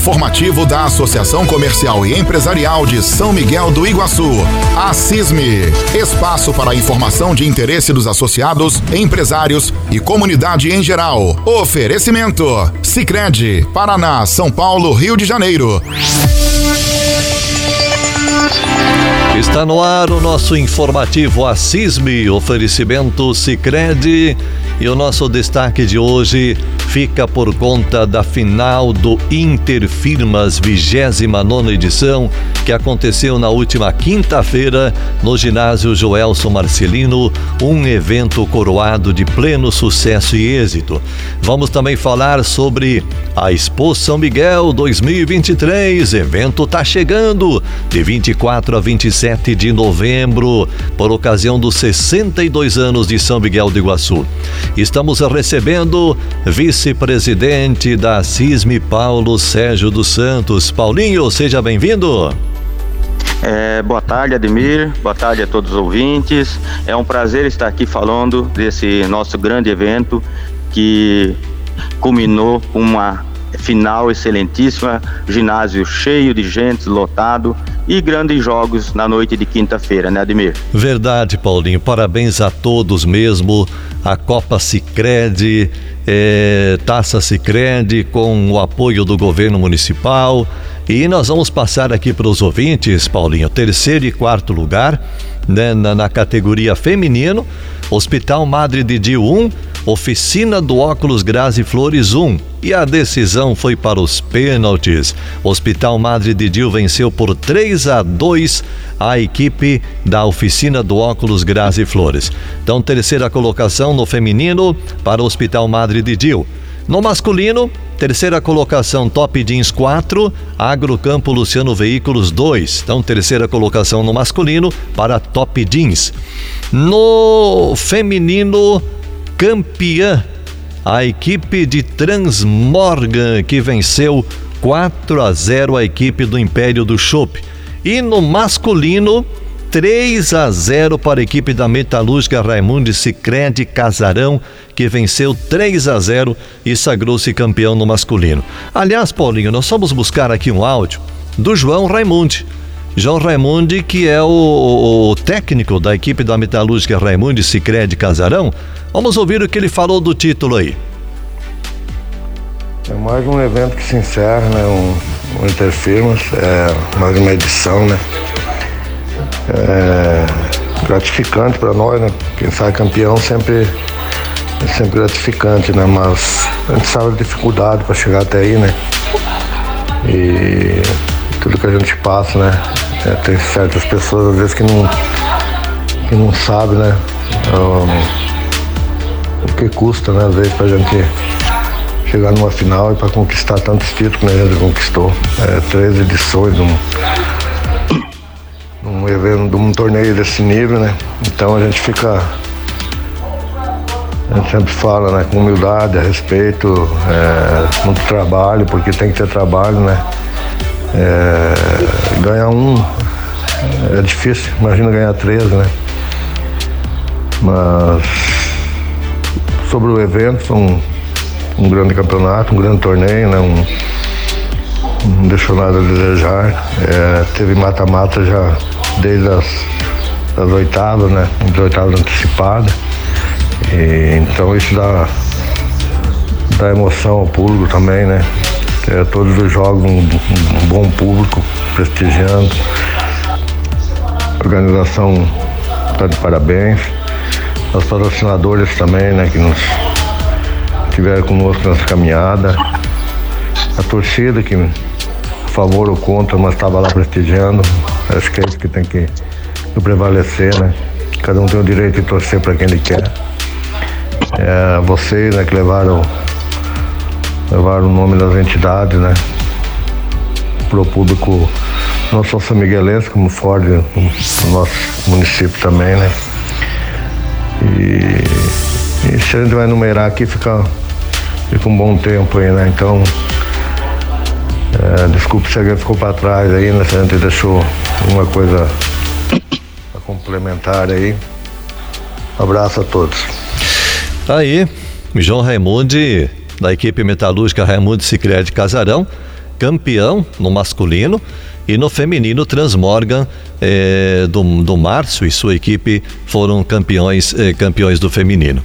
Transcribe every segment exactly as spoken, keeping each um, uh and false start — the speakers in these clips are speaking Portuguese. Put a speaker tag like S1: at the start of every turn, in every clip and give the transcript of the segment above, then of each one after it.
S1: informativo da Associação Comercial e Empresarial de São Miguel do Iguaçu, a CISME. Espaço para informação de interesse dos associados, empresários e comunidade em geral. Oferecimento: Sicredi, Paraná, São Paulo, Rio de Janeiro.
S2: Está no ar o nosso informativo A CISME, oferecimento Sicredi, e o nosso destaque de hoje fica por conta da final do Interfirmas vigésima nona edição, que aconteceu na última quinta-feira no ginásio Joelson Marcelino, um evento coroado de pleno sucesso e êxito. Vamos também falar sobre a Expo São Miguel dois mil e vinte e três, evento tá chegando de vinte e quatro a vinte e sete de novembro, por ocasião dos sessenta e dois anos de São Miguel do Iguaçu. Estamos recebendo vice-presidente da CISME, Paulo Sérgio dos Santos. Paulinho, seja bem-vindo.
S3: É, boa tarde, Ademir, boa tarde a todos os ouvintes. É um prazer estar aqui falando desse nosso grande evento que culminou com uma final excelentíssima, ginásio cheio de gente, lotado, e grandes jogos na noite de quinta-feira, né, Ademir?
S2: Verdade, Paulinho, parabéns a todos mesmo. A Copa Sicredi, é, Taça Sicredi, com o apoio do governo municipal. E nós vamos passar aqui para os ouvintes, Paulinho, terceiro e quarto lugar, né, na, na categoria feminino, Hospital Madre de Dio um, Oficina do Óculos Grazi Flores um. E a decisão foi para os pênaltis. Hospital Madre de Dio venceu por três a dois a equipe da Oficina do Óculos Grazi Flores. Então, terceira colocação no feminino para o Hospital Madre de Dio. No masculino, terceira colocação Top Jeans quatro, Agrocampo Luciano Veículos dois. Então, terceira colocação no masculino para Top Jeans. No feminino, campeã, a equipe de Transmorgan, que venceu quatro a zero a equipe do Império do Chopp. E no masculino, três a zero para a equipe da Metalúrgica Raimundi Sicredi Casarão, que venceu três a zero e sagrou-se campeão no masculino. Aliás, Paulinho, nós vamos buscar aqui um áudio do João Raimundi. João Raimundi, que é o, o técnico da equipe da Metalúrgica Raimundi Sicredi Casarão. Vamos ouvir o que ele falou do título aí.
S4: É mais um evento que se encerra, né? Um, um Interfirmas, é mais uma edição, né? É gratificante para nós, né? Quem sai campeão sempre é sempre gratificante, né? Mas a gente sabe a dificuldade para chegar até aí, né? E tudo que a gente passa, né? É, tem certas pessoas às vezes que não que não sabem, né? Um, o que custa, né? Às vezes pra gente chegar numa final e para conquistar tantos títulos que a gente conquistou. É, três edições de um, um evento, de um torneio desse nível, né? Então a gente fica, a gente sempre fala, né? Com humildade, a respeito, é, muito trabalho, porque tem que ter trabalho, né? É, ganhar um é difícil, imagina ganhar três, né? Mas sobre o evento, foi um, um grande campeonato, um grande torneio, né? Um, não deixou nada a desejar. É, teve mata-mata já desde as, as oitavas, né? Das oitavas antecipadas. E, então isso dá, dá emoção ao público também, né? É, todos os jogos, um, um bom público prestigiando. A organização está de parabéns. Os patrocinadores também, né, que nos tiveram conosco nessa caminhada. A torcida que, a favor ou contra, mas estava lá prestigiando. Acho que é isso que tem que, que prevalecer, né? Cada um tem o direito de torcer para quem ele quer. É, vocês, né, que levaram, levaram o nome das entidades, né, para o público, não só são miguelense, como fora do nosso município também, né? E, e se a gente vai numerar aqui, fica, fica um bom tempo aí, né? Então, é, desculpe se alguém ficou para trás aí, né? Se a gente deixou alguma coisa a complementar aí. Um abraço a todos.
S2: Aí, João Raimundi, da equipe metalúrgica Raimundi Sicredi Casarão, campeão no masculino, e no feminino Transmorgan é, do, do Márcio e sua equipe foram campeões, é, campeões do feminino.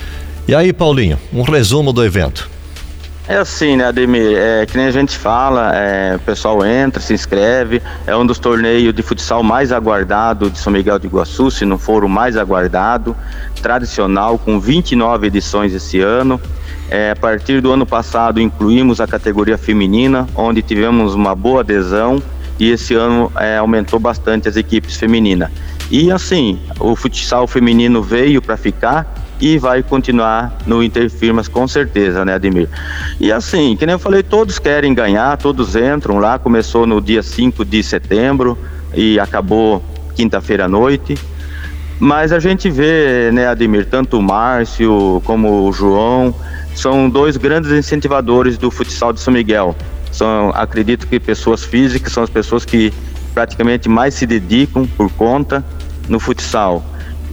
S2: E aí, Paulinho, um resumo do evento.
S3: É assim, né, Ademir, é, que nem a gente fala, é, o pessoal entra, se inscreve, é um dos torneios de futsal mais aguardado de São Miguel do Iguaçu, se não for o mais aguardado, tradicional, com vinte e nove edições esse ano. É, a partir do ano passado incluímos a categoria feminina, onde tivemos uma boa adesão, e esse ano é, aumentou bastante as equipes femininas. E assim, o futsal feminino veio para ficar e vai continuar no Interfirmas com certeza, né, Ademir? E assim, que nem eu falei, todos querem ganhar, todos entram lá, começou no dia cinco de setembro e acabou quinta-feira à noite. Mas a gente vê, né, Ademir, tanto o Márcio como o João, são dois grandes incentivadores do futsal de São Miguel. São, acredito que pessoas físicas, são as pessoas que praticamente mais se dedicam por conta no futsal.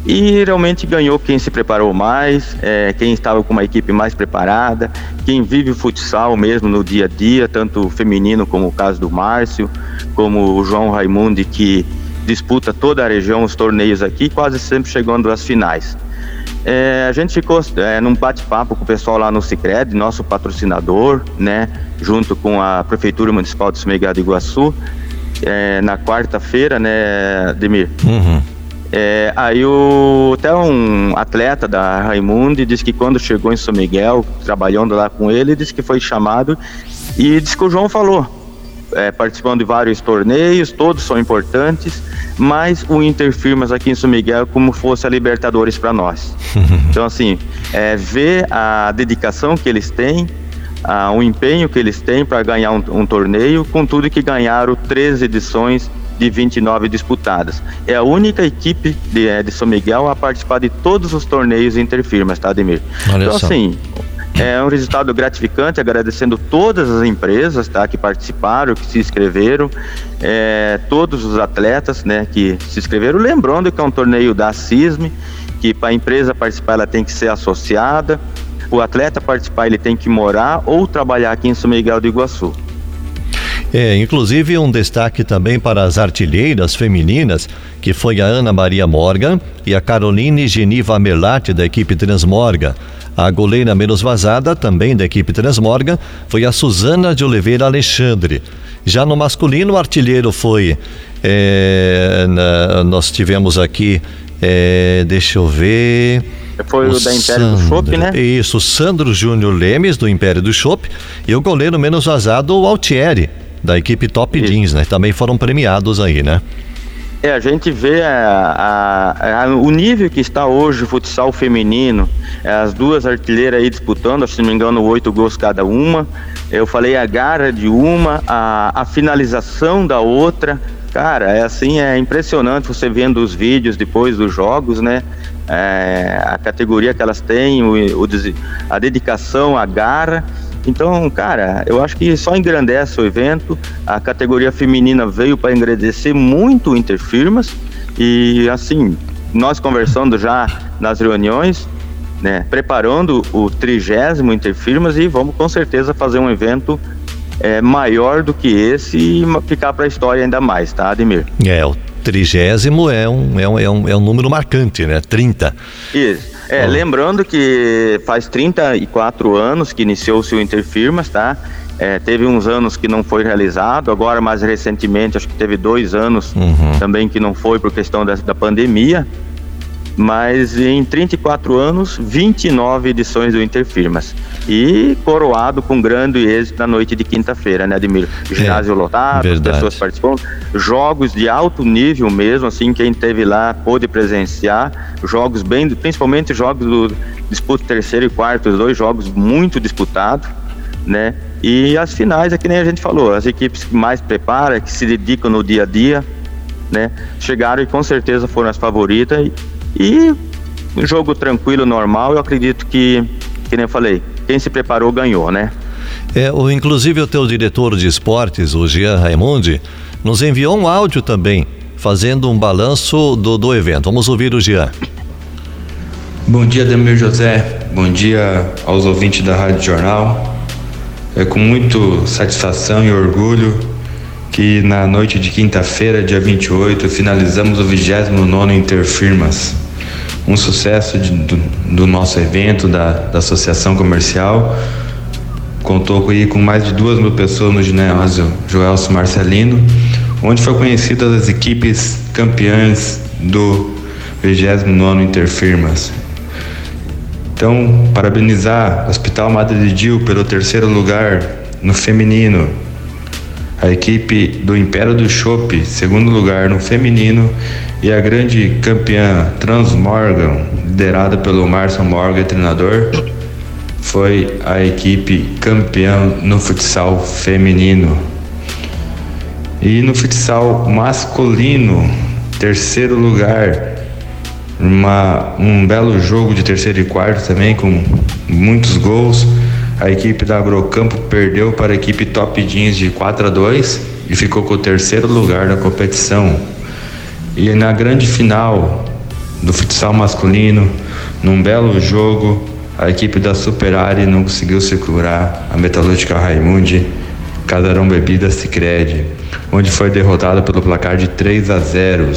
S3: E realmente ganhou quem se preparou mais, é, quem estava com uma equipe mais preparada, quem vive o futsal mesmo no dia a dia, tanto feminino como o caso do Márcio, como o João Raimundi, que disputa toda a região, os torneios aqui, quase sempre chegando às finais. É, a gente ficou é, num bate-papo com o pessoal lá no Sicredi, nosso patrocinador, né, junto com a Prefeitura Municipal de São Miguel do Iguaçu, é, na quarta-feira, né, Ademir?
S2: Uhum.
S3: É, aí o, até um atleta da Raimundi disse que quando chegou em São Miguel, trabalhando lá com ele, disse que foi chamado e disse que o João falou, é, participando de vários torneios, todos são importantes, mas o Interfirmas aqui em São Miguel como fosse a Libertadores para nós. Então assim, é, ver a dedicação que eles têm, a, o empenho que eles têm para ganhar um, um torneio, contudo que ganharam treze edições de vinte e nove disputadas. É a única equipe de, de São Miguel a participar de todos os torneios Interfirmas, tá, Ademir?
S2: Olha
S3: então
S2: só.
S3: assim, é um resultado gratificante, agradecendo todas as empresas, tá, que participaram, que se inscreveram, é, todos os atletas, né, que se inscreveram, lembrando que é um torneio da CISM, que para a empresa participar ela tem que ser associada, o atleta participar ele tem que morar ou trabalhar aqui em São Miguel do Iguaçu.
S2: É, inclusive um destaque também para as artilheiras femininas, que foi a Ana Maria Morgan e a Caroline Geniva Melati, da equipe Transmorgan. A goleira menos vazada, também da equipe Transmorgan, foi a Suzana de Oliveira Alexandre. Já no masculino, o artilheiro foi, é, na, nós tivemos aqui, é, deixa eu ver...
S3: Foi o, o da Império Sandro, do Chopp, né?
S2: Isso, Sandro Júnior Lemes, do Império do Chopp, e o goleiro menos vazado, o Altieri, da equipe Top Isso. Jeans, né? Também foram premiados aí, né?
S3: É, a gente vê a, a, a, o nível que está hoje o futsal feminino, as duas artilheiras aí disputando, se não me engano, oito gols cada uma. Eu falei a garra de uma, a, a finalização da outra. Cara, é assim, é impressionante você vendo os vídeos depois dos jogos, né? É, a categoria que elas têm, o, o, a dedicação, a garra. Então, cara, eu acho que só engrandece o evento. A categoria feminina veio para engrandecer muito o Interfirmas. E assim, nós conversando já nas reuniões, né, preparando o trigésimo Interfirmas, e vamos com certeza fazer um evento é, maior do que esse e ficar para a história ainda mais, tá, Ademir?
S2: É, o trigésimo é um, é um, é um, é um número marcante, né? trinta.
S3: Isso. É, oh. Lembrando que faz trinta e quatro anos que iniciou-se o Interfirmas, tá? É, teve uns anos que não foi realizado, agora mais recentemente, acho que teve dois anos
S2: uhum.
S3: também que não foi por questão da, da pandemia, mas em trinta e quatro anos, vinte e nove edições do Interfirmas. E coroado com grande êxito na noite de quinta-feira, né, Ademir? Ginásio é, lotado,
S2: verdade.
S3: Pessoas participando, jogos de alto nível mesmo, assim, quem esteve lá pôde presenciar, jogos bem, principalmente jogos do disputa terceiro e quarto, os dois jogos muito disputados, né? E as finais, é que nem a gente falou, as equipes que mais preparam, que se dedicam no dia a dia, né? Chegaram e com certeza foram as favoritas. E, E um jogo tranquilo, normal, eu acredito que, que nem eu falei, quem se preparou ganhou, né?
S2: É, o, inclusive o teu diretor de esportes, o Jean Raimundi, nos enviou um áudio também, fazendo um balanço do, do evento. Vamos ouvir o Jean.
S5: Bom dia, Ademir José, bom dia aos ouvintes da Rádio Jornal. É com muito satisfação e orgulho que na noite de quinta-feira, dia vinte e oito, finalizamos o vigésimo nono Interfirmas. Um sucesso de, do, do nosso evento, da, da Associação Comercial. Contou aí com mais de duas mil pessoas no ginásio Joelso Marcelino, onde foi conhecidas as equipes campeãs do vigésimo nono Interfirmas. Então, parabenizar o Hospital Madre de Dil pelo terceiro lugar no feminino, a equipe do Império do Chopp, segundo lugar no feminino, e a grande campeã Transmorgan, liderada pelo Márcio Morgan, treinador, foi a equipe campeã no futsal feminino. E no futsal masculino, terceiro lugar, uma, um belo jogo de terceiro e quarto também, com muitos gols. A equipe da Agrocampo perdeu para a equipe Top Jeans de quatro a dois e ficou com o terceiro lugar da competição. E na grande final do futsal masculino, num belo jogo, a equipe da Superari não conseguiu segurar a Metalúrgica Raimundi, Casarão Bebidas Sicredi, onde foi derrotada pelo placar de três a zero,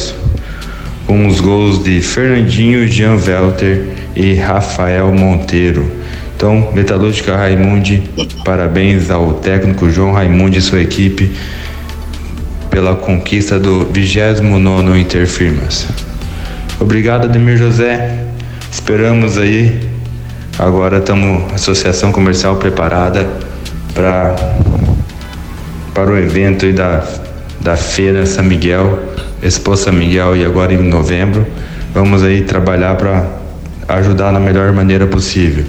S5: com os gols de Fernandinho, Jean Welter e Rafael Monteiro. Então, Metalúrgica Raimundi, parabéns ao técnico João Raimundi e sua equipe pela conquista do vigésimo nono Interfirmas. Obrigado, Ademir José. Esperamos aí. Agora estamos, Associação Comercial preparada para para o evento aí da, da Feira São Miguel, Expo São Miguel, e agora em novembro. Vamos aí trabalhar para ajudar na melhor maneira possível.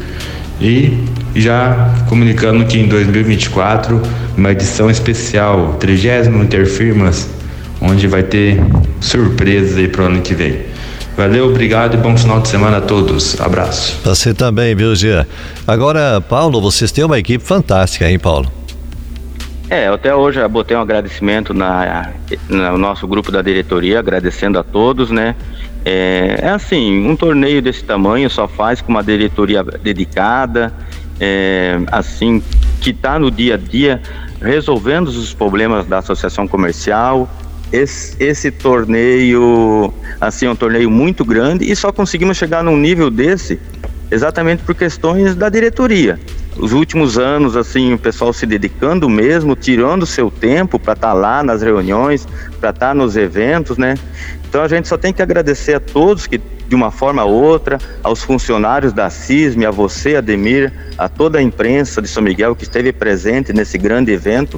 S5: E já comunicando que em dois mil e vinte e quatro, uma edição especial, trigésimo Interfirmas, onde vai ter surpresas aí para o ano que vem. Valeu, obrigado e bom final de semana a todos. Abraço.
S2: Você também, viu, Gia? Agora, Paulo, vocês têm uma equipe fantástica, hein, Paulo?
S3: É, até hoje eu botei um agradecimento na, no nosso grupo da diretoria, agradecendo a todos, né? É, é assim, um torneio desse tamanho só faz com uma diretoria dedicada, é, assim, que está no dia a dia resolvendo os problemas da associação comercial. Esse, esse torneio, assim, é um torneio muito grande e só conseguimos chegar num nível desse exatamente por questões da diretoria. Os últimos anos, assim, o pessoal se dedicando mesmo, tirando seu tempo para estar tá lá nas reuniões, para estar tá nos eventos, né? Então a gente só tem que agradecer a todos que, de uma forma ou outra, aos funcionários da CISM, a você, Ademir, a toda a imprensa de São Miguel que esteve presente nesse grande evento,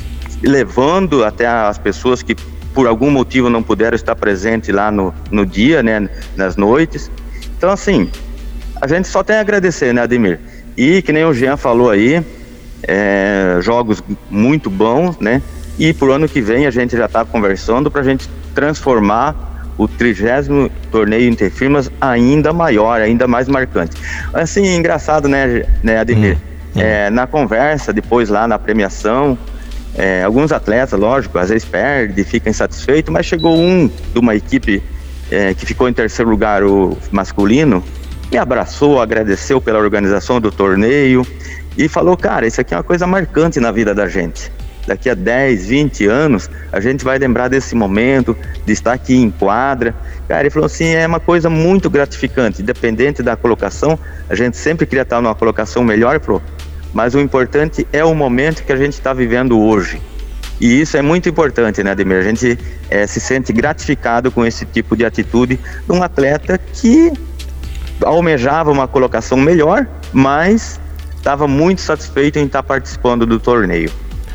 S3: levando até as pessoas que por algum motivo não puderam estar presentes lá no, no dia, né, nas noites. Então, assim, a gente só tem a agradecer, né, Ademir? E que nem o Jean falou aí, é, jogos muito bons, né? E pro ano que vem a gente já está conversando para a gente transformar o trigésimo torneio Interfirmas ainda maior, ainda mais marcante. Assim, engraçado, né, né Ademir? Hum, hum. É, na conversa, depois lá na premiação, é, alguns atletas, lógico, às vezes perdem, ficam insatisfeitos, mas chegou um de uma equipe é, que ficou em terceiro lugar, o masculino, me abraçou, agradeceu pela organização do torneio e falou, cara, isso aqui é uma coisa marcante na vida da gente. Daqui a dez, vinte anos, a gente vai lembrar desse momento, de estar aqui em quadra. Cara, ele falou assim, é uma coisa muito gratificante, independente da colocação, a gente sempre queria estar numa colocação melhor, pro, mas o importante é o momento que a gente está vivendo hoje. E isso é muito importante, né, Ademir? A gente é, se sente gratificado com esse tipo de atitude de um atleta que almejava uma colocação melhor, mas estava muito satisfeito em estar participando do torneio.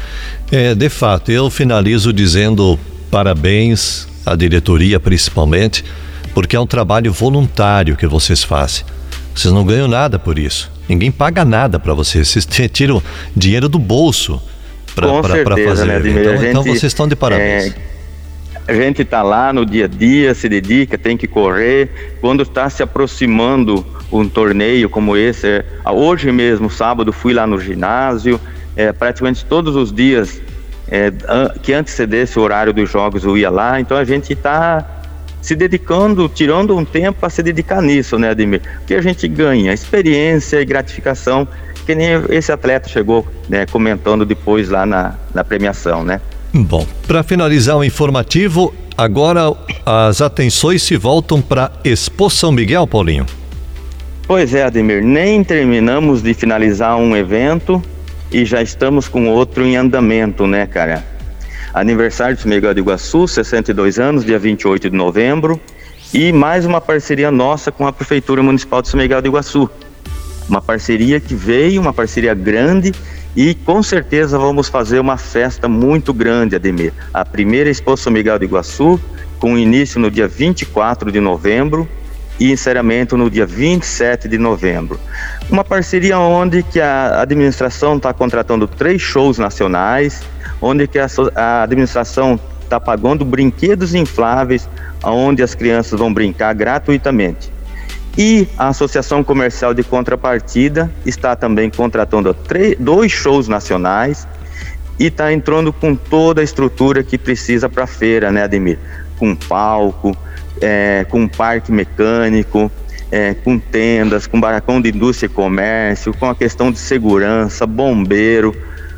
S2: É, de fato, eu finalizo dizendo parabéns à diretoria principalmente, porque é um trabalho voluntário que vocês fazem. Vocês não ganham nada por isso. Ninguém paga nada para vocês. Vocês tiram dinheiro do bolso para fazer.
S3: Né,
S2: então,
S3: gente,
S2: então vocês estão de parabéns.
S3: É... A gente está lá no dia a dia, se dedica, tem que correr. Quando está se aproximando um torneio como esse, hoje mesmo, sábado, fui lá no ginásio, é, praticamente todos os dias é, que antecedesse o horário dos jogos eu ia lá. Então a gente está se dedicando, tirando um tempo para se dedicar nisso, né, Ademir? Porque a gente ganha experiência e gratificação que nem esse atleta chegou, né, comentando depois lá na, na premiação, né?
S2: Bom, para finalizar o informativo, agora as atenções se voltam para Expo São Miguel, Paulinho.
S3: Pois é, Ademir, nem terminamos de finalizar um evento e já estamos com outro em andamento, né, cara? Aniversário de São Miguel do Iguaçu, sessenta e dois anos, dia vinte e oito de novembro, e mais uma parceria nossa com a Prefeitura Municipal de São Miguel do Iguaçu. Uma parceria que veio, uma parceria grande, e com certeza vamos fazer uma festa muito grande, Ademir. A primeira Expo São Miguel do Iguaçu, com início no dia vinte e quatro de novembro e encerramento no dia vinte e sete de novembro. Uma parceria onde que a administração está contratando três shows nacionais, onde que a, a administração está pagando brinquedos infláveis, onde as crianças vão brincar gratuitamente. E a Associação Comercial de Contrapartida está também contratando três, dois shows nacionais e está entrando com toda a estrutura que precisa para a feira, né, Ademir? Com palco, é, com parque mecânico, é, com tendas, com barracão de indústria e comércio, com a questão de segurança, bombeiro.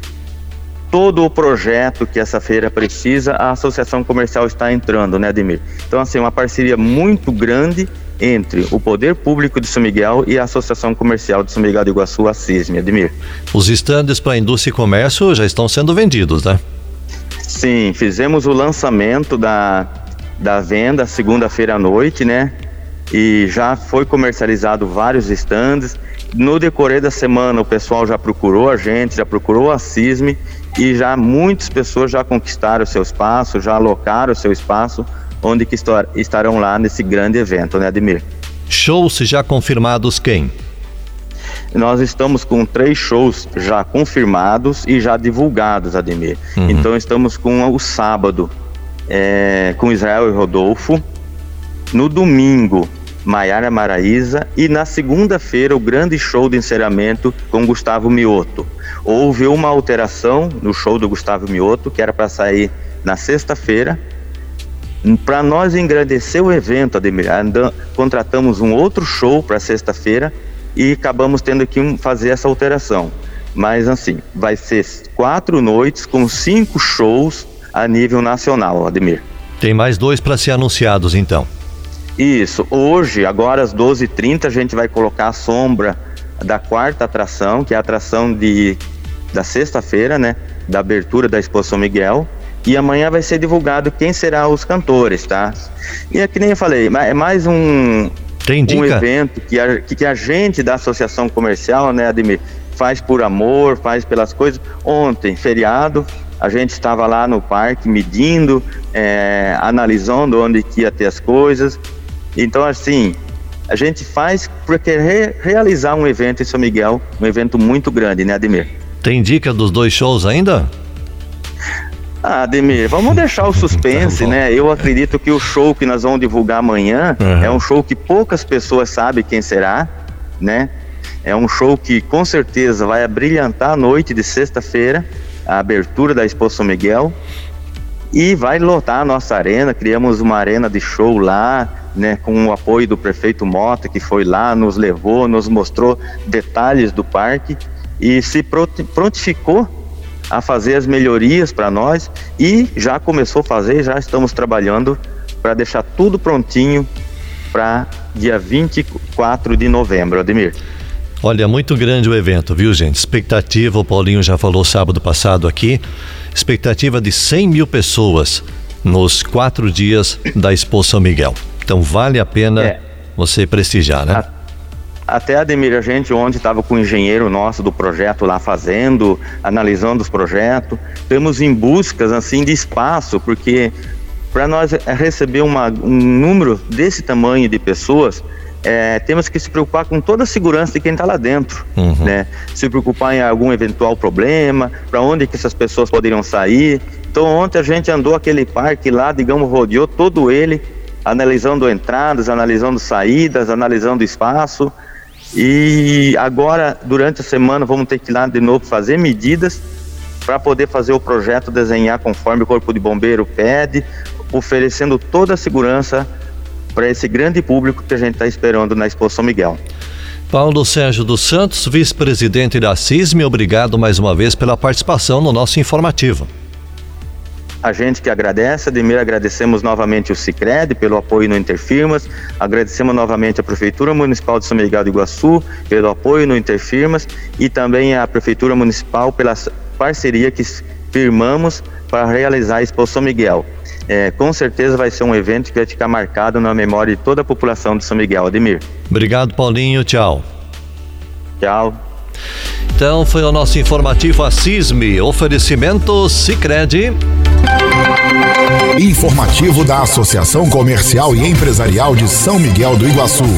S3: Todo o projeto que essa feira precisa, a Associação Comercial está entrando, né, Ademir? Então, assim, uma parceria muito grande entre o Poder Público de São Miguel e a Associação Comercial de São Miguel do Iguaçu, a CISM, Ademir.
S2: Os estandes para indústria e comércio já estão sendo vendidos, né?
S3: Sim, fizemos o lançamento da, da venda segunda-feira à noite, né? E já foi comercializado vários estandes. No decorrer da semana o pessoal já procurou a gente, já procurou a CISM e já muitas pessoas já conquistaram o seu espaço, já alocaram o seu espaço, onde que estarão lá nesse grande evento, né, Ademir?
S2: Shows já confirmados quem?
S3: Nós estamos com três shows já confirmados e já divulgados, Ademir. Uhum. Então estamos com o sábado é, com Israel e Rodolfo, no domingo Maiara Maraíza e na segunda-feira o grande show de encerramento com Gustavo Mioto. Houve uma alteração no show do Gustavo Mioto, que era para sair na sexta-feira. Para nós engrandecer o evento, Ademir, andam, contratamos um outro show para sexta-feira e acabamos tendo que fazer essa alteração. Mas assim, vai ser quatro noites com cinco shows a nível nacional, Ademir.
S2: Tem mais dois para ser anunciados, então.
S3: Isso, hoje, agora às doze e trinta, a gente vai colocar a sombra da quarta atração, que é a atração de, da sexta-feira, né, da abertura da Expo São Miguel. E amanhã vai ser divulgado quem serão os cantores, tá? E é que nem eu falei, é mais um, um evento que a, que a gente da Associação Comercial, né, Ademir, faz por amor, faz pelas coisas. Ontem, feriado, a gente estava lá no parque medindo, é, analisando onde que ia ter as coisas. Então, assim, a gente faz porque re, realizar um evento em São Miguel, um evento muito grande, né, Ademir?
S2: Tem dica dos dois shows ainda?
S3: Ah, Ademir, vamos deixar o suspense, tá, né? Eu acredito que o show que nós vamos divulgar amanhã uhum. é um show que poucas pessoas sabem quem será, né? É um show que com certeza vai abrilhantar a noite de sexta-feira, a abertura da Expo São Miguel, e vai lotar a nossa arena. Criamos uma arena de show lá, né? Com o apoio do prefeito Mota, que foi lá, nos levou, nos mostrou detalhes do parque e se prontificou a fazer as melhorias para nós e já começou a fazer, já estamos trabalhando para deixar tudo prontinho para dia vinte e quatro de novembro, Ademir.
S2: Olha, muito grande o evento, viu, gente? Expectativa, o Paulinho já falou sábado passado aqui, expectativa de cem mil pessoas nos quatro dias da Expo São Miguel. Então vale a pena é. você prestigiar, né? A...
S3: Até, Ademir, a gente ontem estava com o engenheiro nosso do projeto lá fazendo, analisando os projetos. Estamos em buscas assim de espaço, porque para nós receber uma, um número desse tamanho de pessoas, é, temos que se preocupar com toda a segurança de quem está lá dentro, uhum. né? Se preocupar em algum eventual problema, para onde que essas pessoas poderiam sair. Então ontem a gente andou aquele parque lá, digamos, rodeou todo ele, analisando entradas, analisando saídas, analisando espaço. E agora, durante a semana, vamos ter que ir lá de novo fazer medidas para poder fazer o projeto, desenhar conforme o Corpo de Bombeiro pede, oferecendo toda a segurança para esse grande público que a gente está esperando na Expo São Miguel.
S2: Paulo Sérgio dos Santos, vice-presidente da CISME, obrigado mais uma vez pela participação no nosso informativo.
S3: A gente que agradece, Ademir, agradecemos novamente o Sicredi pelo apoio no Interfirmas, agradecemos novamente a Prefeitura Municipal de São Miguel do Iguaçu pelo apoio no Interfirmas e também a Prefeitura Municipal pela parceria que firmamos para realizar a Expo São Miguel. É, com certeza vai ser um evento que vai ficar marcado na memória de toda a população de São Miguel. Ademir.
S2: Obrigado, Paulinho. Tchau.
S3: Tchau.
S2: Então foi o nosso informativo a CISME, oferecimento Sicredi.
S1: Informativo da Associação Comercial e Empresarial de São Miguel do Iguaçu.